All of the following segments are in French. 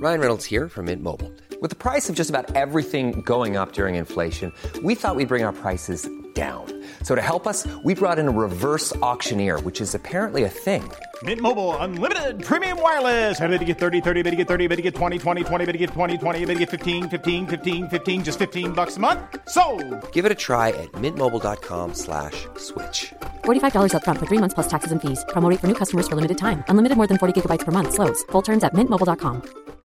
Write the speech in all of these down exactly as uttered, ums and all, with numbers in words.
Ryan Reynolds here from Mint Mobile. With the price of just about everything going up during inflation, we thought we'd bring our prices down. So to help us, we brought in a reverse auctioneer, which is apparently a thing. Mint Mobile Unlimited Premium Wireless. How to get thirty, thirty, how to get thirty, how to get twenty, twenty, twenty, how to get twenty, twenty, how to get fifteen, fifteen, fifteen, fifteen, just fifteen bucks a month? Sold! Give it a try at mintmobile.com slash switch. forty-five dollars up front for three months plus taxes and fees. Promo rate for new customers for limited time. Unlimited more than forty gigabytes per month. Slows full terms at mint mobile dot com.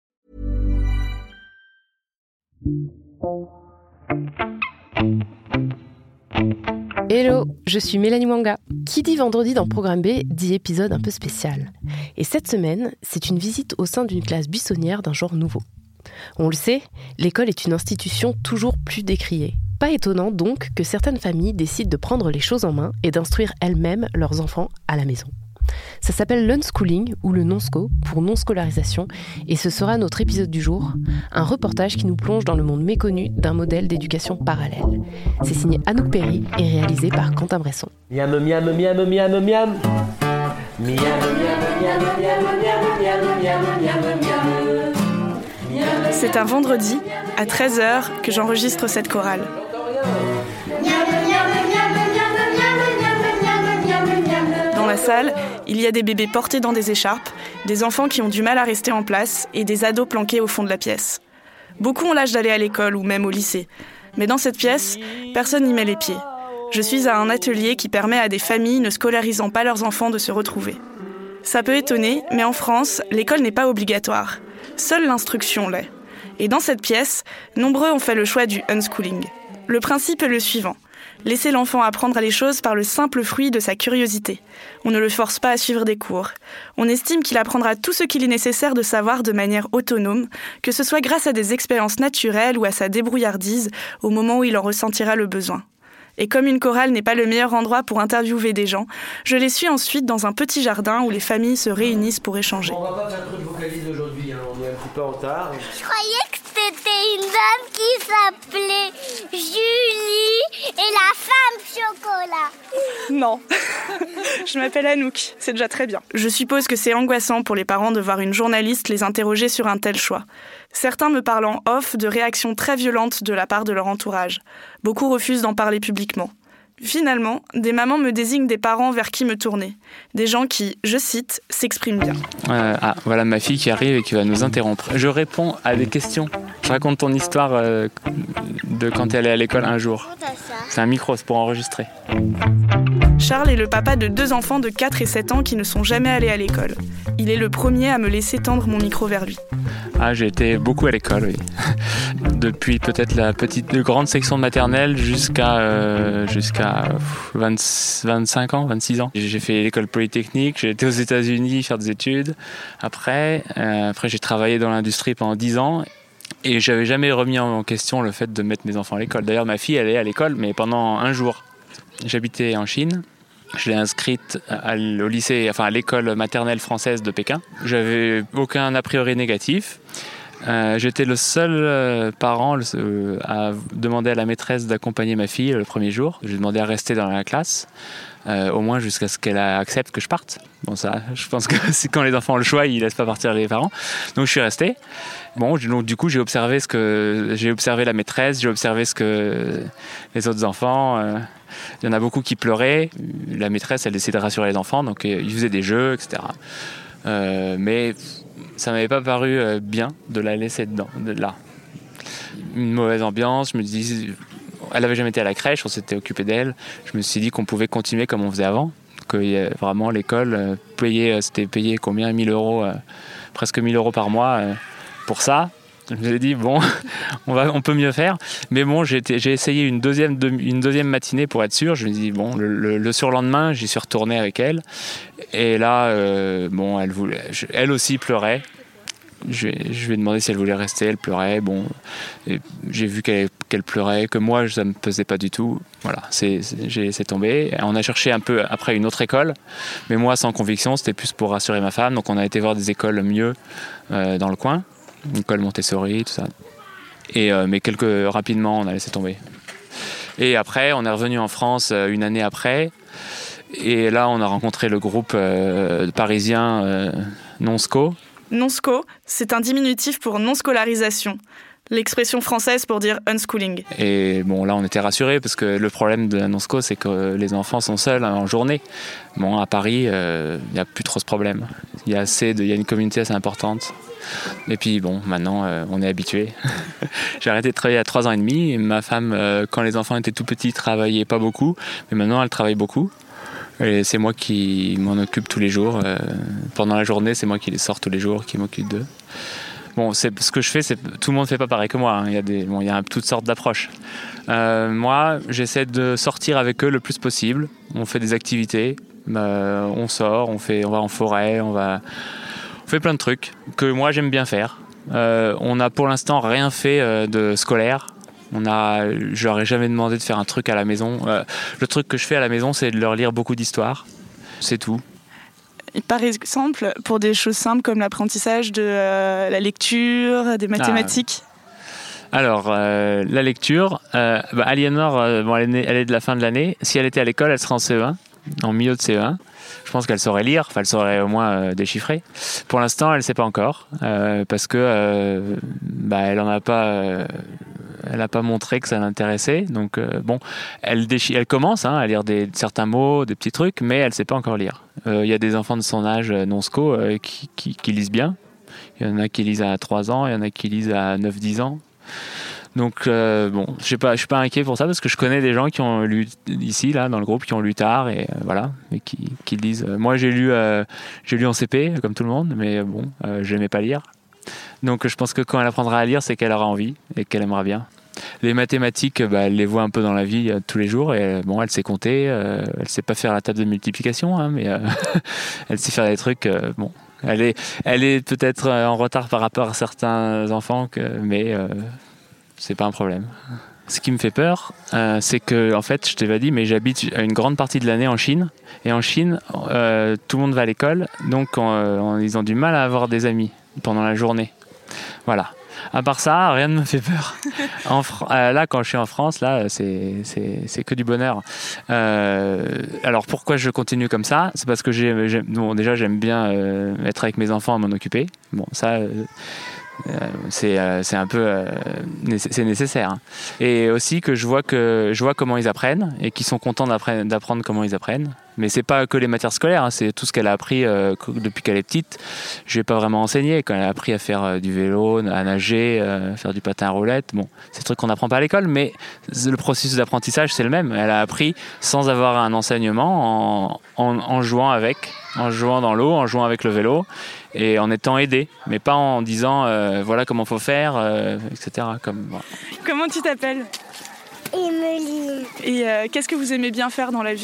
Hello, je suis Mélanie Mwanga. Qui dit vendredi dans Programme B dit épisode un peu spécial. Et cette semaine, c'est une visite au sein d'une classe buissonnière d'un genre nouveau. On le sait, l'école est une institution toujours plus décriée. Pas étonnant donc que certaines familles décident de prendre les choses en main et d'instruire elles-mêmes leurs enfants à la maison. Ça s'appelle l'unschooling ou le non-sco pour non-scolarisation et ce sera notre épisode du jour, un reportage qui nous plonge dans le monde méconnu d'un modèle d'éducation parallèle. C'est signé Anouk Perry et réalisé par Quentin Bresson. Miam miam miam miam miam miam. Miam miam miam miam miam miam miam miam. C'est un vendredi, à treize heures, que j'enregistre cette chorale. Dans la salle, il y a des bébés portés dans des écharpes, des enfants qui ont du mal à rester en place et des ados planqués au fond de la pièce. Beaucoup ont l'âge d'aller à l'école ou même au lycée. Mais dans cette pièce, personne n'y met les pieds. Je suis à un atelier qui permet à des familles ne scolarisant pas leurs enfants de se retrouver. Ça peut étonner, mais en France, l'école n'est pas obligatoire. Seule l'instruction l'est. Et dans cette pièce, nombreux ont fait le choix du unschooling. Le principe est le suivant. Laisser l'enfant apprendre les choses par le simple fruit de sa curiosité. On ne le force pas à suivre des cours. On estime qu'il apprendra tout ce qu'il est nécessaire de savoir de manière autonome, que ce soit grâce à des expériences naturelles ou à sa débrouillardise au moment où il en ressentira le besoin. Et comme une chorale n'est pas le meilleur endroit pour interviewer des gens, je les suis ensuite dans un petit jardin où les familles se réunissent pour échanger. On va pas faire trop de vocalises aujourd'hui, hein. On est un petit peu en retard. Je croyais que c'était une dame qui s'appelait Julie et la femme chocolat. Non, je m'appelle Anouk, c'est déjà très bien. Je suppose que c'est angoissant pour les parents de voir une journaliste les interroger sur un tel choix. Certains me parlent en off de réactions très violentes de la part de leur entourage. Beaucoup refusent d'en parler publiquement. Finalement, des mamans me désignent des parents vers qui me tourner. Des gens qui, je cite, s'expriment bien. Euh, ah, voilà ma fille qui arrive et qui va nous interrompre. Je réponds à des questions. Je raconte ton histoire euh, de quand elle est à l'école un jour. C'est un micro, c'est pour enregistrer. Charles est le papa de deux enfants de quatre et sept ans qui ne sont jamais allés à l'école. Il est le premier à me laisser tendre mon micro vers lui. Ah, j'ai été beaucoup à l'école, oui. Depuis peut-être la petite, de grande section de maternelle jusqu'à, euh, jusqu'à vingt, vingt-cinq ans, vingt-six ans. J'ai fait l'école polytechnique, j'ai été aux États-Unis faire des études. Après, euh, après j'ai travaillé dans l'industrie pendant dix ans. Et j'avais jamais remis en question le fait de mettre mes enfants à l'école. D'ailleurs, ma fille, elle est à l'école, mais pendant un jour. J'habitais en Chine. Je l'ai inscrite à, au lycée, enfin à l'école maternelle française de Pékin. J'avais aucun a priori négatif. Euh, j'étais le seul euh, parent euh, à demander à la maîtresse d'accompagner ma fille le premier jour. Je lui ai demandé à rester dans la classe, euh, au moins jusqu'à ce qu'elle accepte que je parte. Bon, ça, je pense que c'est quand les enfants ont le choix, ils laissent pas partir les parents. Donc je suis resté. Bon, donc du coup, j'ai observé ce que j'ai observé la maîtresse, j'ai observé ce que les autres enfants. Euh, il y en a beaucoup qui pleuraient. La maîtresse, elle essayait de rassurer les enfants, donc ils faisaient des jeux, et cetera. Euh, mais ça m'avait pas paru bien de la laisser dedans, de là. Une mauvaise ambiance. Je me dis, elle avait jamais été à la crèche, on s'était occupé d'elle. Je me suis dit qu'on pouvait continuer comme on faisait avant, que vraiment l'école payait, c'était payé combien, mille euros, euh, presque mille euros par mois euh, pour ça. Je me suis dit, bon, on, va, on peut mieux faire. Mais bon, j'ai, été, j'ai essayé une deuxième, une deuxième matinée pour être sûr. Je me suis dit, bon, le, le, le surlendemain, j'y suis retourné avec elle. Et là, euh, bon, elle, voulait, elle aussi pleurait. Je, je lui ai demandé si elle voulait rester, elle pleurait. Bon, et j'ai vu qu'elle, qu'elle pleurait, que moi, ça ne me pesait pas du tout. Voilà, c'est, c'est, j'ai laissé tomber. On a cherché un peu après une autre école, mais moi, sans conviction, c'était plus pour rassurer ma femme. Donc, on a été voir des écoles mieux euh, dans le coin. Une école Montessori, tout ça. Et, euh, mais quelques, rapidement, on a laissé tomber. Et après, on est revenu en France euh, une année après. Et là, on a rencontré le groupe euh, parisien euh, non-sco. Non-sco, c'est un diminutif pour non-scolarisation. L'expression française pour dire unschooling. Et bon, là, on était rassurés parce que le problème de la non-sco, c'est que les enfants sont seuls en journée. Bon, à Paris, il euh, n'y a plus trop ce problème. Il y a assez de, il y a une communauté assez importante. Et puis bon, maintenant, euh, on est habitué. J'ai arrêté de travailler à trois ans et demi. Et ma femme, euh, quand les enfants étaient tout petits, travaillait pas beaucoup. Mais maintenant, elle travaille beaucoup. Et c'est moi qui m'en occupe tous les jours. Euh, pendant la journée, c'est moi qui les sors tous les jours, qui m'occupe d'eux. Bon, c'est, ce que je fais, c'est, tout le monde ne fait pas pareil que moi. Hein. Il y a, des, bon, il y a toutes sortes d'approches. Euh, moi, j'essaie de sortir avec eux le plus possible. On fait des activités, euh, on sort, on, fait, on va en forêt, on, va, on fait plein de trucs que moi, j'aime bien faire. Euh, on n'a pour l'instant rien fait euh, de scolaire. On a, je leur ai jamais demandé de faire un truc à la maison. Euh, le truc que je fais à la maison, c'est de leur lire beaucoup d'histoires. C'est tout. Et par exemple, pour des choses simples comme l'apprentissage de euh, la lecture, des mathématiques. Ah. Alors, euh, la lecture, euh, bah, Aliénor, euh, bon, elle, est née, elle est de la fin de l'année. Si elle était à l'école, elle serait en C E un, en milieu de C E un. Je pense qu'elle saurait lire, enfin elle saurait au moins euh, déchiffrer. Pour l'instant, elle ne sait pas encore, euh, parce que euh, bah, elle en a pas... Euh, Elle n'a pas montré que ça l'intéressait. Donc, euh, bon, elle, déchi- elle commence hein, à lire des, certains mots, des petits trucs, mais elle ne sait pas encore lire. Il euh, y a des enfants de son âge non-sco euh, qui, qui, qui lisent bien. Il y en a qui lisent à trois ans, il y en a qui lisent à neuf dix ans. Donc, euh, bon, je ne suis pas inquiet pour ça parce que je connais des gens qui ont lu ici, là, dans le groupe, qui ont lu tard et euh, voilà, et qui, qui lisent. Moi, j'ai lu, euh, j'ai lu en C P, comme tout le monde, mais bon, euh, je n'aimais pas lire. Donc je pense que quand elle apprendra à lire, c'est qu'elle aura envie et qu'elle aimera bien. Les mathématiques, bah, elle les voit un peu dans la vie euh, tous les jours. Et bon, elle sait compter, euh, elle sait pas faire la table de multiplication, hein, mais euh, elle sait faire des trucs. Euh, bon, elle est, elle est peut-être en retard par rapport à certains enfants, que, mais euh, c'est pas un problème. Ce qui me fait peur, euh, c'est que, en fait, je t'ai dit, mais j'habite une grande partie de l'année en Chine. Et en Chine, euh, tout le monde va à l'école, donc on, on, ils ont du mal à avoir des amis pendant la journée. Voilà. À part ça, rien ne me fait peur. En Fr- euh, là, quand je suis en France, là, c'est, c'est, c'est que du bonheur. Euh, alors, pourquoi je continue comme ça ? C'est parce que j'ai, j'ai, bon, déjà, j'aime bien euh, être avec mes enfants, à m'en occuper. Bon, ça, euh, euh, c'est, euh, c'est un peu, euh, nécess- c'est nécessaire. Hein. Et aussi que je vois que je vois comment ils apprennent et qu'ils sont contents d'apprendre comment ils apprennent. Mais c'est pas que les matières scolaires, hein, c'est tout ce qu'elle a appris euh, depuis qu'elle est petite. Je vais pas vraiment enseigner. Quand elle a appris à faire euh, du vélo, à nager, euh, faire du patin à roulettes, bon, c'est des trucs qu'on n'apprend pas à l'école, mais le processus d'apprentissage c'est le même. Elle a appris sans avoir un enseignement, en, en, en jouant avec, en jouant dans l'eau, en jouant avec le vélo et en étant aidée, mais pas en disant euh, voilà comment faut faire, euh, et cetera. Comme, voilà. Comment tu t'appelles ? Emeline. Et euh, qu'est-ce que vous aimez bien faire dans la vie ?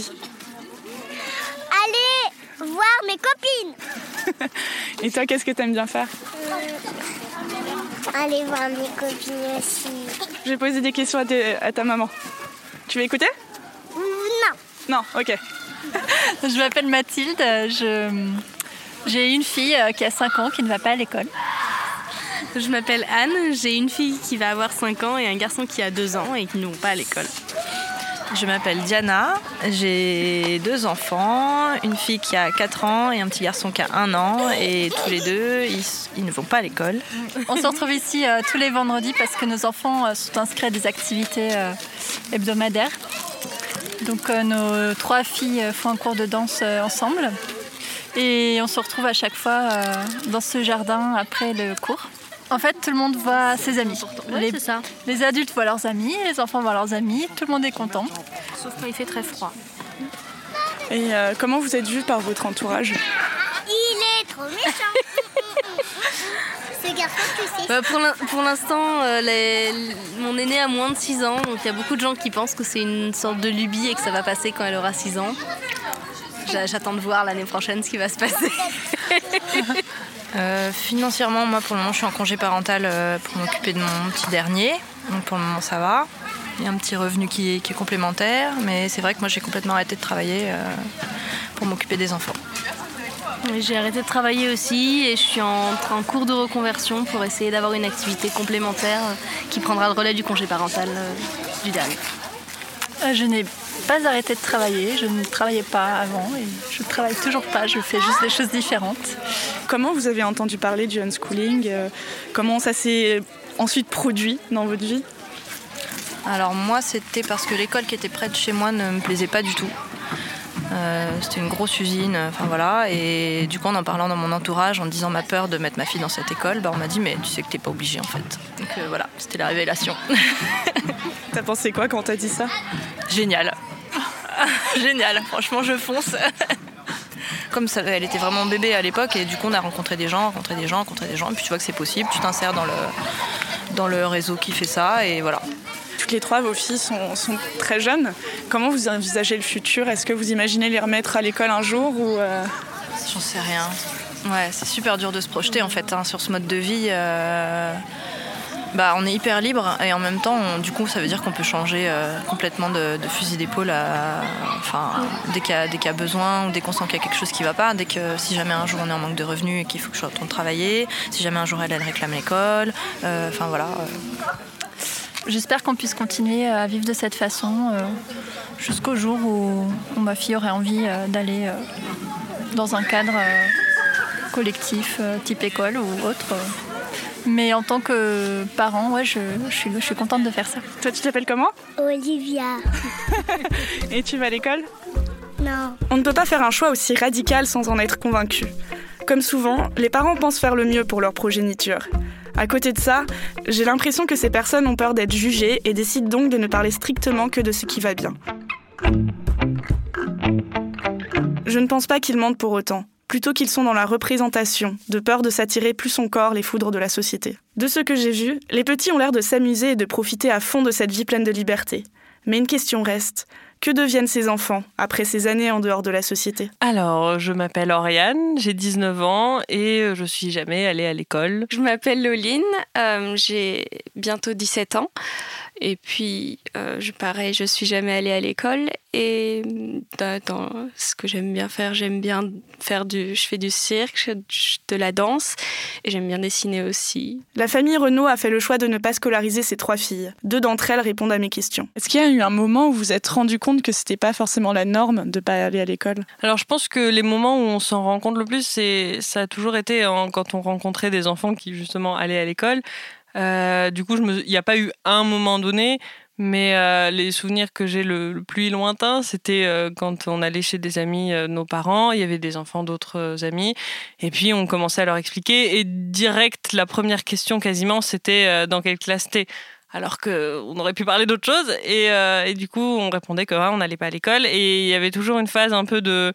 Aller voir mes copines. Et toi, qu'est-ce que tu aimes bien faire ? euh, Aller voir mes copines aussi. Je vais poser des questions à, tes, à ta maman. Tu veux écouter ? Non. Non, ok. Je m'appelle Mathilde. Je, j'ai une fille qui a cinq ans qui ne va pas à l'école. Je m'appelle Anne. J'ai une fille qui va avoir cinq ans et un garçon qui a deux ans et qui ne vont pas à l'école. Je m'appelle Diana, j'ai deux enfants, une fille qui a quatre ans et un petit garçon qui a un an et tous les deux, ils, ils ne vont pas à l'école. On se retrouve ici euh, tous les vendredis parce que nos enfants euh, sont inscrits à des activités euh, hebdomadaires. Donc euh, nos trois filles font un cours de danse euh, ensemble et on se retrouve à chaque fois euh, dans ce jardin après le cours. En fait, tout le monde voit ses amis. Ouais, les, c'est ça. Les adultes voient leurs amis, les enfants voient leurs amis, tout le monde est content. Sauf quand il fait très froid. Et euh, comment vous êtes vus par votre entourage ? Il est trop méchant. Ce garçon, tu sais. Bah, pour, l'in- pour l'instant, euh, les, mon aîné a moins de six ans, donc il y a beaucoup de gens qui pensent que c'est une sorte de lubie et que ça va passer quand elle aura six ans. J'a- J'attends de voir l'année prochaine ce qui va se passer. Euh, financièrement, moi pour le moment je suis en congé parental euh, pour m'occuper de mon petit dernier. Donc pour le moment ça va. Il y a un petit revenu qui est, qui est complémentaire, mais c'est vrai que moi j'ai complètement arrêté de travailler euh, pour m'occuper des enfants. J'ai arrêté de travailler aussi et je suis en, en cours de reconversion pour essayer d'avoir une activité complémentaire qui prendra le relais du congé parental euh, du dernier. Euh, je n'ai pas arrêté de travailler, je ne travaillais pas avant et je ne travaille toujours pas, je fais juste des choses différentes. comment vous avez entendu parler du unschooling ? euh, Comment ça s'est ensuite produit dans votre vie ? Alors moi, c'était parce que l'école qui était près de chez moi ne me plaisait pas du tout. Euh, c'était une grosse usine, enfin voilà, et du coup en en parlant dans mon entourage, en disant ma peur de mettre ma fille dans cette école, bah, on m'a dit mais tu sais que t'es pas obligée en fait. Donc euh, voilà, c'était la révélation. T'as pensé quoi quand t'as dit ça ? Génial. Génial, franchement je fonce. Comme ça, elle était vraiment bébé à l'époque et du coup on a rencontré des gens, rencontré des gens, rencontré des gens, et puis tu vois que c'est possible, tu t'insères dans le, dans le réseau qui fait ça et voilà. Toutes les trois, vos filles sont, sont très jeunes. Comment vous envisagez le futur ? Est-ce que vous imaginez les remettre à l'école un jour ou euh... J'en sais rien. Ouais, c'est super dur de se projeter en fait hein, sur ce mode de vie. Euh... Bah, on est hyper libre et en même temps, on, du coup, ça veut dire qu'on peut changer euh, complètement de, de fusil d'épaule à, enfin, dès qu'il y a, dès qu'il y a besoin ou dès qu'on sent qu'il y a quelque chose qui ne va pas, dès que si jamais un jour on est en manque de revenus et qu'il faut que je retourne travailler, si jamais un jour elle, elle réclame l'école, euh, enfin voilà. Euh... J'espère qu'on puisse continuer à vivre de cette façon euh, jusqu'au jour où, où ma fille aurait envie euh, d'aller euh, dans un cadre euh, collectif, euh, type école ou autre. Euh. Mais en tant que parent, ouais, je, je, suis, je suis contente de faire ça. Toi, tu t'appelles comment ? Olivia. Et tu vas à l'école ? Non. On ne peut pas faire un choix aussi radical sans en être convaincu. Comme souvent, les parents pensent faire le mieux pour leur progéniture. À côté de ça, j'ai l'impression que ces personnes ont peur d'être jugées et décident donc de ne parler strictement que de ce qui va bien. Je ne pense pas qu'ils mentent pour autant. Plutôt qu'ils sont dans la représentation, de peur de s'attirer plus encore les foudres de la société. De ce que j'ai vu, les petits ont l'air de s'amuser et de profiter à fond de cette vie pleine de liberté. Mais une question reste, que deviennent ces enfants après ces années en dehors de la société ? Alors, je m'appelle Oriane, j'ai dix-neuf ans et je suis jamais allée à l'école. Je m'appelle Loline, euh, j'ai bientôt dix-sept ans. Et puis, euh, je, pareil, je suis jamais allée à l'école. Et dans, dans ce que j'aime bien faire, j'aime bien faire du... Je fais du cirque, de la danse. Et j'aime bien dessiner aussi. La famille Renaud a fait le choix de ne pas scolariser ses trois filles. Deux d'entre elles répondent à mes questions. Est-ce qu'il y a eu un moment où vous vous êtes rendu compte que c'était pas forcément la norme de pas aller à l'école ? Alors, je pense que les moments où on s'en rend compte le plus, c'est, ça a toujours été hein, quand on rencontrait des enfants qui, justement, allaient à l'école. Euh, du coup, il n'y a pas eu un moment donné, mais euh, les souvenirs que j'ai le, le plus lointain, c'était euh, quand on allait chez des amis euh, de nos parents, il y avait des enfants d'autres euh, amis, et puis on commençait à leur expliquer, et direct, la première question quasiment, c'était euh, dans quelle classe t'es ? Alors qu'on aurait pu parler d'autre chose, et, euh, et du coup, on répondait qu'on hein, n'allait pas à l'école, et il y avait toujours une phase un peu de...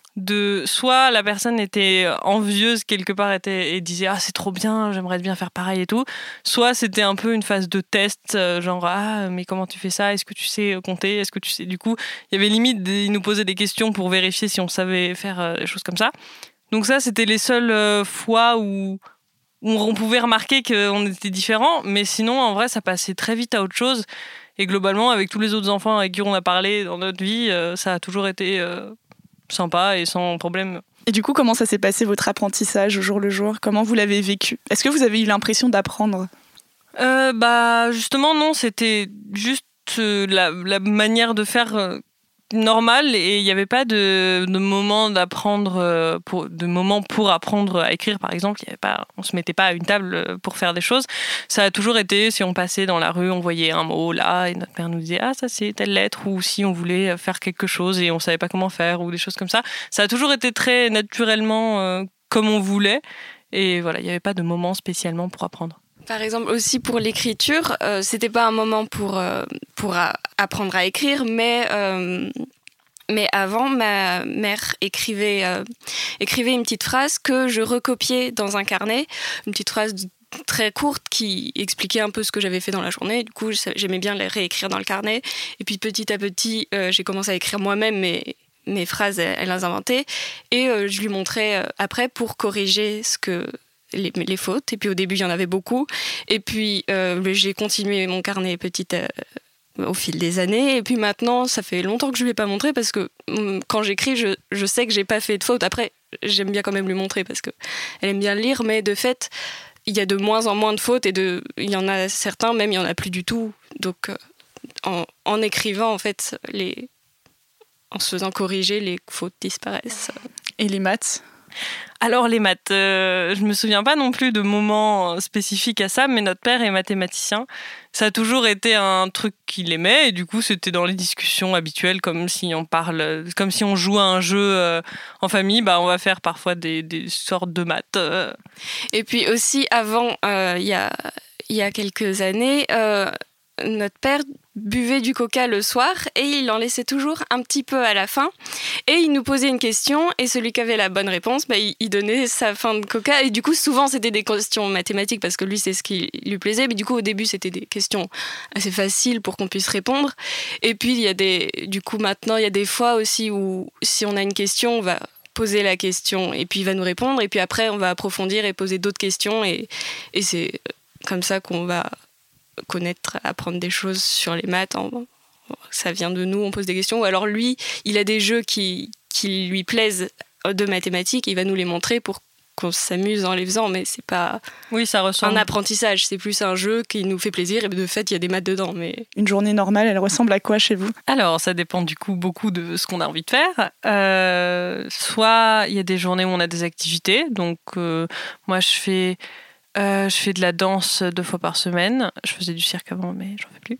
de soit la personne était envieuse quelque part était, et disait ah c'est trop bien, j'aimerais bien faire pareil et tout, soit c'était un peu une phase de test genre ah mais comment tu fais ça, est-ce que tu sais compter, est-ce que tu sais, du coup il y avait limite des, ils nous posaient des questions pour vérifier si on savait faire des choses comme ça. Donc ça c'était les seules fois où où on pouvait remarquer qu'on était différents, mais sinon en vrai ça passait très vite à autre chose. Et globalement avec tous les autres enfants avec qui on a parlé dans notre vie, ça a toujours été euh, sympa et sans problème. Et du coup, comment ça s'est passé votre apprentissage au jour le jour ? Comment vous l'avez vécu ? Est-ce que vous avez eu l'impression d'apprendre ? euh, Bah justement non, c'était juste euh, la, la manière de faire euh, normale et il n'y avait pas de, de moment d'apprendre, euh, pour, de moment pour apprendre à écrire par exemple. Il y avait pas, on se mettait pas à une table pour faire des choses. Ça a toujours été, si on passait dans la rue, on voyait un mot là et notre mère nous disait ah ça c'est telle lettre, ou si on voulait faire quelque chose et on savait pas comment faire ou des choses comme ça. Ça a toujours été très naturellement euh, comme on voulait et voilà, il n'y avait pas de moment spécialement pour apprendre. Par exemple, aussi pour l'écriture, euh, c'était pas un moment pour, euh, pour a- apprendre à écrire, mais, euh, mais avant, ma mère écrivait, euh, écrivait une petite phrase que je recopiais dans un carnet, une petite phrase très courte qui expliquait un peu ce que j'avais fait dans la journée. Du coup, j'aimais bien les réécrire dans le carnet. Et puis petit à petit, euh, j'ai commencé à écrire moi-même mes, mes phrases, elle, elle les inventait. Et euh, je lui montrais euh, après pour corriger ce que... Les, les fautes, et puis au début il y en avait beaucoup, et puis euh, j'ai continué mon carnet petit euh, au fil des années, et puis maintenant ça fait longtemps que je ne lui ai pas montré parce que quand j'écris je, je sais que j'ai pas fait de faute. Après j'aime bien quand même lui montrer parce qu'elle aime bien le lire, mais de fait il y a de moins en moins de fautes et de, il y en a certains même il n'y en a plus du tout, donc euh, en, en écrivant en fait les, en se faisant corriger les fautes disparaissent. Et les maths ? Alors les maths, euh, je me souviens pas non plus de moments spécifiques à ça, mais notre père est mathématicien. Ça a toujours été un truc qu'il aimait et du coup c'était dans les discussions habituelles, comme si on parle, comme si on joue à un jeu euh, en famille, bah on va faire parfois des, des sortes de maths. Euh. Et puis aussi avant, il euh, y a il y a quelques années. Euh, Notre père buvait du coca le soir et il en laissait toujours un petit peu à la fin. Et il nous posait une question et celui qui avait la bonne réponse, bah, il, il donnait sa fin de coca. Et du coup, souvent, c'était des questions mathématiques parce que lui, c'est ce qui lui plaisait. Mais du coup, au début, c'était des questions assez faciles pour qu'on puisse répondre. Et puis, il y a des, du coup, maintenant, il y a des fois aussi où si on a une question, on va poser la question et puis il va nous répondre. Et puis après, on va approfondir et poser d'autres questions. Et, et c'est comme ça qu'on va connaître, apprendre des choses sur les maths. Ça vient de nous, on pose des questions. Ou alors lui, il a des jeux qui, qui lui plaisent de mathématiques, il va nous les montrer pour qu'on s'amuse en les faisant, mais c'est pas oui, ça ressemble. Un apprentissage, c'est plus un jeu qui nous fait plaisir et de fait, il y a des maths dedans. Mais... Une journée normale, elle ressemble à quoi chez vous ? Alors, ça dépend du coup beaucoup de ce qu'on a envie de faire. Euh, soit il y a des journées où on a des activités, donc euh, moi je fais... Euh, je fais de la danse deux fois par semaine. Je faisais du cirque avant, mais j'en fais plus.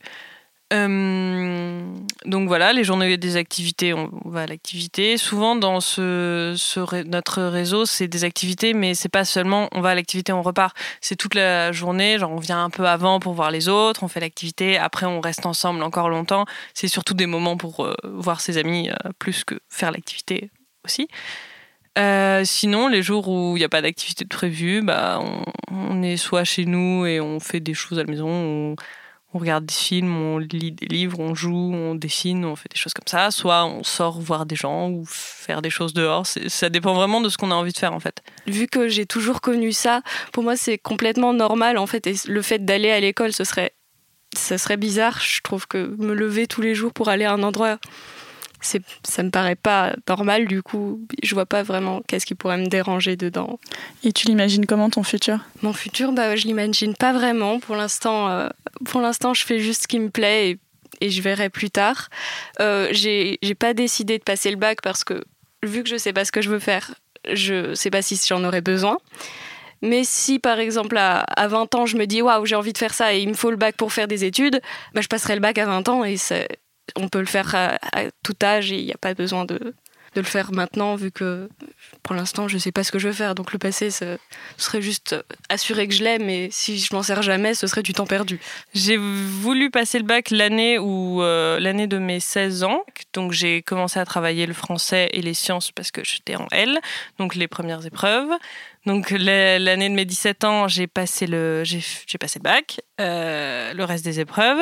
Euh, donc voilà, les journées où il y a des activités, on va à l'activité. Souvent, dans ce, ce, notre réseau, c'est des activités, mais c'est pas seulement on va à l'activité, on repart. C'est toute la journée, genre on vient un peu avant pour voir les autres, on fait l'activité, après on reste ensemble encore longtemps. C'est surtout des moments pour euh, voir ses amis, euh, plus que faire l'activité aussi. Euh, sinon, les jours où il n'y a pas d'activité de prévue, bah, on, on est soit chez nous et on fait des choses à la maison, on, on regarde des films, on lit des livres, on joue, on dessine, on fait des choses comme ça, soit on sort voir des gens ou faire des choses dehors. C'est, ça dépend vraiment de ce qu'on a envie de faire en fait. Vu que j'ai toujours connu ça, pour moi c'est complètement normal en fait, et le fait d'aller à l'école, ce serait, ça serait bizarre. Je trouve que me lever tous les jours pour aller à un endroit... C'est, ça me paraît pas normal, du coup, je vois pas vraiment qu'est-ce qui pourrait me déranger dedans. Et tu l'imagines comment ton futur ? Mon futur, bah, je l'imagine pas vraiment. Pour l'instant, euh, pour l'instant, je fais juste ce qui me plaît et, et je verrai plus tard. Euh, j'ai, j'ai pas décidé de passer le bac parce que, vu que je sais pas ce que je veux faire, je sais pas si j'en aurais besoin. Mais si, par exemple, à, à vingt ans, je me dis « Waouh, j'ai envie de faire ça et il me faut le bac pour faire des études », bah, je passerai le bac à vingt ans et c'est... On peut le faire à, à tout âge et il n'y a pas besoin de, de le faire maintenant vu que pour l'instant je ne sais pas ce que je veux faire. Donc le passé, ce serait juste assurer que je l'aime et si je m'en sers jamais, ce serait du temps perdu. J'ai voulu passer le bac l'année, où, euh, l'année de mes seize ans. Donc j'ai commencé à travailler le français et les sciences parce que j'étais en L, donc les premières épreuves. Donc l'année de mes dix-sept ans, j'ai passé le, j'ai, j'ai passé le bac, euh, le reste des épreuves.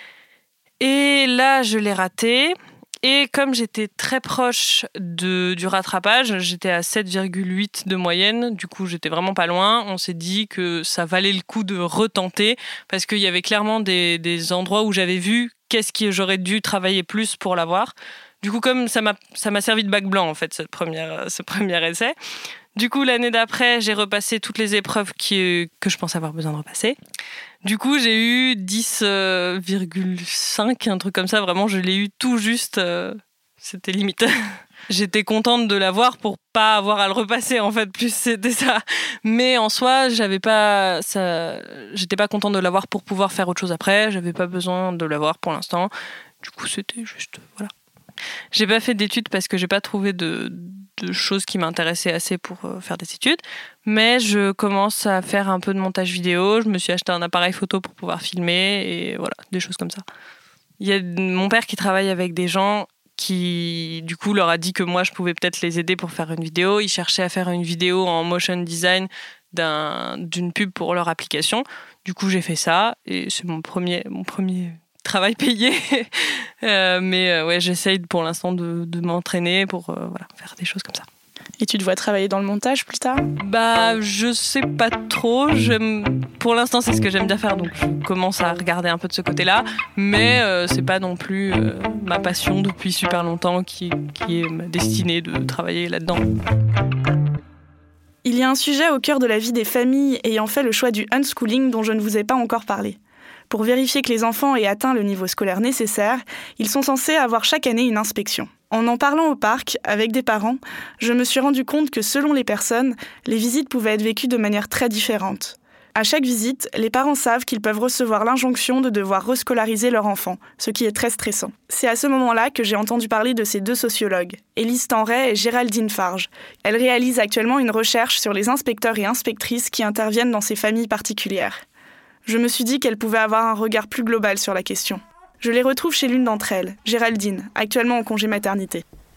Et là, je l'ai raté. Et comme j'étais très proche de, du rattrapage, j'étais à sept virgule huit de moyenne. Du coup, j'étais vraiment pas loin. On s'est dit que ça valait le coup de retenter parce qu'il y avait clairement des, des endroits où j'avais vu qu'est-ce que j'aurais dû travailler plus pour l'avoir. Du coup, comme ça m'a, ça m'a servi de bac blanc, en fait, cette première, ce premier essai. Du coup, l'année d'après, j'ai repassé toutes les épreuves qui, que je pensais avoir besoin de repasser. Du coup, j'ai eu dix virgule cinq, un truc comme ça. Vraiment, je l'ai eu tout juste. Euh, c'était limite. J'étais contente de l'avoir pour pas avoir à le repasser, en fait. Plus c'était ça. Mais en soi, j'avais pas ça. J'étais pas contente de l'avoir pour pouvoir faire autre chose après. J'avais pas besoin de l'avoir pour l'instant. Du coup, c'était juste voilà. J'ai pas fait d'études parce que j'ai pas trouvé de, de choses qui m'intéressaient assez pour faire des études, mais je commence à faire un peu de montage vidéo. Je me suis acheté un appareil photo pour pouvoir filmer et voilà, des choses comme ça. Il y a mon père qui travaille avec des gens qui, du coup, leur a dit que moi, je pouvais peut-être les aider pour faire une vidéo. Ils cherchaient à faire une vidéo en motion design d'un, d'une pub pour leur application. Du coup, j'ai fait ça et c'est mon premier, mon premier travail payé. euh, mais euh, ouais, j'essaye pour l'instant de, de m'entraîner pour euh, voilà, faire des choses comme ça. Et tu te vois travailler dans le montage plus tard ? Bah, je sais pas trop. J'aime... Pour l'instant, c'est ce que j'aime bien faire, donc je commence à regarder un peu de ce côté-là. Mais euh, c'est pas non plus euh, ma passion depuis super longtemps qui, qui est ma destinée de travailler là-dedans. Il y a un sujet au cœur de la vie des familles ayant fait le choix du unschooling dont je ne vous ai pas encore parlé. Pour vérifier que les enfants aient atteint le niveau scolaire nécessaire, ils sont censés avoir chaque année une inspection. En en parlant au parc avec des parents, je me suis rendu compte que selon les personnes, les visites pouvaient être vécues de manière très différente. À chaque visite, les parents savent qu'ils peuvent recevoir l'injonction de devoir rescolariser leur enfant, ce qui est très stressant. C'est à ce moment-là que j'ai entendu parler de ces deux sociologues, Élise Tenray et Géraldine Farge. Elles réalisent actuellement une recherche sur les inspecteurs et inspectrices qui interviennent dans ces familles particulières. Je me suis dit qu'elles pouvaient avoir un regard plus global sur la question. Je les retrouve chez l'une d'entre elles, Géraldine, actuellement en congé maternité. Oh,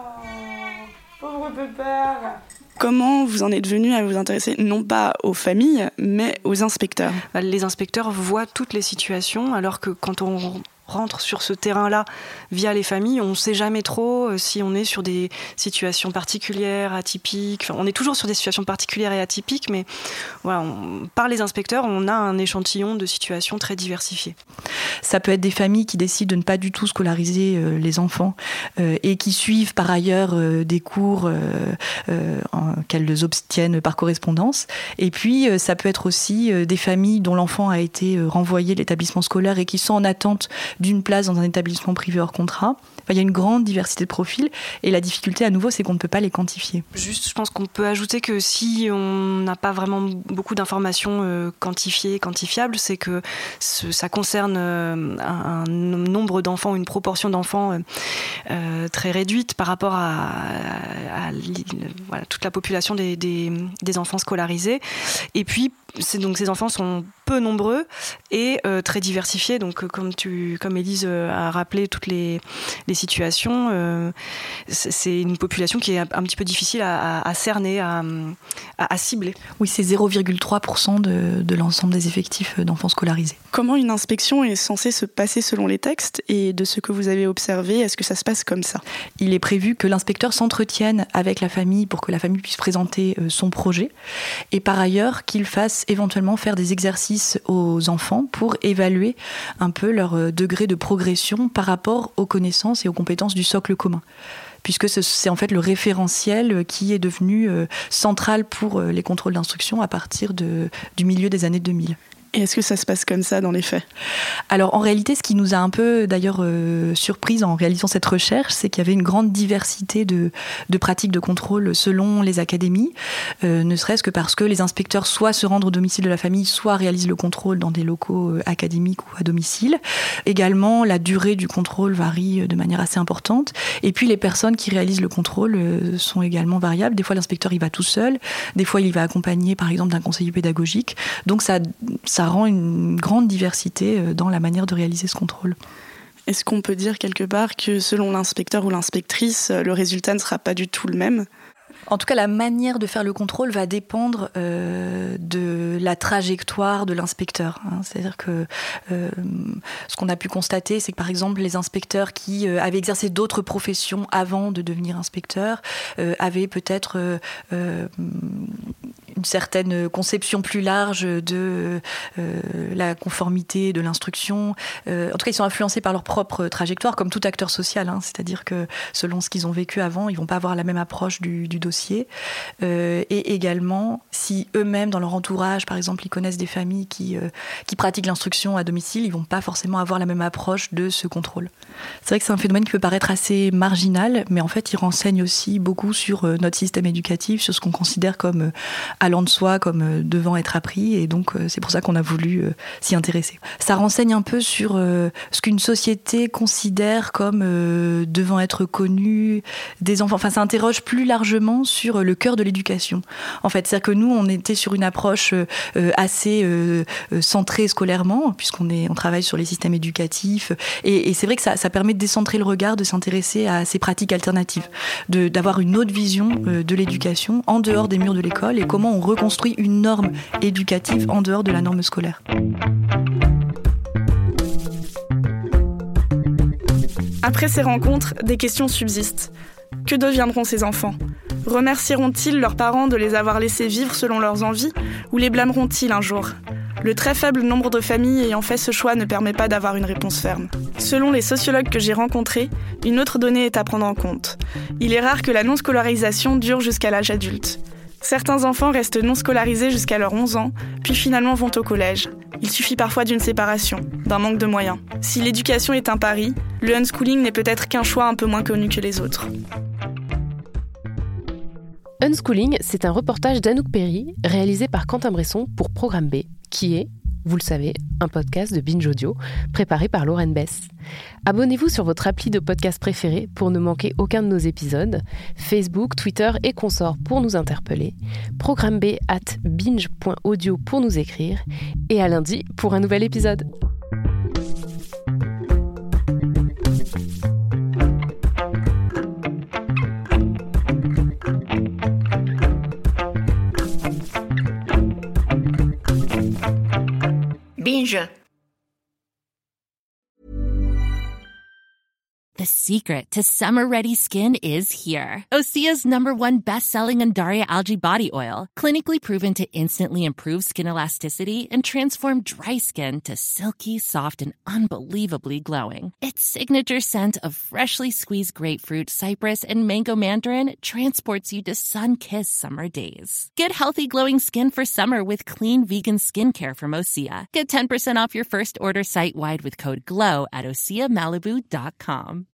pauvre pépère. Comment vous en êtes venu à vous intéresser, non pas aux familles, mais aux inspecteurs ? Les inspecteurs voient toutes les situations, alors que quand on rentre sur ce terrain-là via les familles, on ne sait jamais trop si on est sur des situations particulières, atypiques. Enfin, on est toujours sur des situations particulières et atypiques, mais voilà, on, par les inspecteurs, on a un échantillon de situations très diversifiées. Ça peut être des familles qui décident de ne pas du tout scolariser euh, les enfants euh, et qui suivent par ailleurs euh, des cours euh, euh, en, qu'elles obtiennent par correspondance. Et puis, euh, ça peut être aussi euh, des familles dont l'enfant a été euh, renvoyé de l'établissement scolaire et qui sont en attente d'une place dans un établissement privé hors contrat. Enfin, il y a une grande diversité de profils et la difficulté à nouveau, c'est qu'on ne peut pas les quantifier. Juste, je pense qu'on peut ajouter que si on n'a pas vraiment beaucoup d'informations euh, quantifiées, quantifiables, c'est que ce, ça concerne euh, un, un nombre d'enfants, une proportion d'enfants euh, euh, très réduite par rapport à, à, à, à voilà, toute la population des, des, des enfants scolarisés. Et puis, c'est, donc, ces enfants sont peu nombreux et euh, très diversifiés. Donc, comme, tu, comme Élise a rappelé toutes les, les situations, euh, c'est une population qui est un, un petit peu difficile à, à, à cerner, à, à, à cibler. Oui, c'est zéro virgule trois pour cent de, de l'ensemble des effectifs d'enfants scolarisés. Comment une inspection est censée se passer selon les textes et de ce que vous avez observé, est-ce que ça se passe comme ça ? Il est prévu que l'inspecteur s'entretienne avec la famille pour que la famille puisse présenter son projet et par ailleurs qu'il fasse éventuellement faire des exercices aux enfants pour évaluer un peu leur degré de progression par rapport aux connaissances et aux compétences du socle commun. Puisque c'est en fait le référentiel qui est devenu central pour les contrôles d'instruction à partir de, du milieu des années deux mille. Et est-ce que ça se passe comme ça dans les faits ? Alors en réalité, ce qui nous a un peu d'ailleurs euh, surprise en réalisant cette recherche, c'est qu'il y avait une grande diversité de, de pratiques de contrôle selon les académies, euh, ne serait-ce que parce que les inspecteurs soit se rendent au domicile de la famille, soit réalisent le contrôle dans des locaux euh, académiques ou à domicile. Également, la durée du contrôle varie de manière assez importante. Et puis les personnes qui réalisent le contrôle euh, sont également variables. Des fois, l'inspecteur y va tout seul, des fois, il y va accompagné par exemple d'un conseiller pédagogique. Donc ça, ça Ça rend une grande diversité dans la manière de réaliser ce contrôle. Est-ce qu'on peut dire quelque part que selon l'inspecteur ou l'inspectrice, le résultat ne sera pas du tout le même ? En tout cas, la manière de faire le contrôle va dépendre euh, de la trajectoire de l'inspecteur. Hein. C'est-à-dire que euh, ce qu'on a pu constater, c'est que par exemple, les inspecteurs qui euh, avaient exercé d'autres professions avant de devenir inspecteurs euh, avaient peut-être euh, euh, une certaine conception plus large de euh, la conformité de l'instruction. Euh, en tout cas, ils sont influencés par leur propre trajectoire, comme tout acteur social. Hein. C'est-à-dire que selon ce qu'ils ont vécu avant, ils ne vont pas avoir la même approche du, du dossier. Euh, et également, si eux-mêmes, dans leur entourage, par exemple, ils connaissent des familles qui, euh, qui pratiquent l'instruction à domicile, ils ne vont pas forcément avoir la même approche de ce contrôle. C'est vrai que c'est un phénomène qui peut paraître assez marginal, mais en fait, il renseigne aussi beaucoup sur euh, notre système éducatif, sur ce qu'on considère comme euh, allant de soi, comme euh, devant être appris, et donc euh, c'est pour ça qu'on a voulu euh, s'y intéresser. Ça renseigne un peu sur euh, ce qu'une société considère comme euh, devant être connu des enfants. Enfin, ça interroge plus largement sur le cœur de l'éducation. En fait, c'est-à-dire que nous, on était sur une approche euh, assez euh, centrée scolairement, puisqu'on est, on travaille sur les systèmes éducatifs. Et, et c'est vrai que ça, ça permet de décentrer le regard, de s'intéresser à ces pratiques alternatives, de, d'avoir une autre vision euh, de l'éducation en dehors des murs de l'école et comment on reconstruit une norme éducative en dehors de la norme scolaire. Après ces rencontres, des questions subsistent. Que deviendront ces enfants ? Remercieront-ils leurs parents de les avoir laissés vivre selon leurs envies ou les blâmeront-ils un jour ? Le très faible nombre de familles ayant fait ce choix ne permet pas d'avoir une réponse ferme. Selon les sociologues que j'ai rencontrés, une autre donnée est à prendre en compte. Il est rare que la non-scolarisation dure jusqu'à l'âge adulte. Certains enfants restent non scolarisés jusqu'à leurs onze ans, puis finalement vont au collège. Il suffit parfois d'une séparation, d'un manque de moyens. Si l'éducation est un pari, le unschooling n'est peut-être qu'un choix un peu moins connu que les autres. Unschooling, c'est un reportage d'Anouk Perry, réalisé par Quentin Bresson pour Programme B, qui est, vous le savez, un podcast de Binge Audio, préparé par Lauren Bess. Abonnez-vous sur votre appli de podcast préféré pour ne manquer aucun de nos épisodes, Facebook, Twitter et consorts pour nous interpeller, programme b arobase binge point audio pour nous écrire, et à lundi pour un nouvel épisode. Binge. The secret to summer-ready skin is here. Osea's number one best-selling Undaria Algae Body Oil, clinically proven to instantly improve skin elasticity and transform dry skin to silky, soft, and unbelievably glowing. Its signature scent of freshly squeezed grapefruit, cypress, and mango mandarin transports you to sun-kissed summer days. Get healthy, glowing skin for summer with clean vegan skincare from Osea. Get ten percent off your first order site-wide with code GLOW at osea malibu dot com.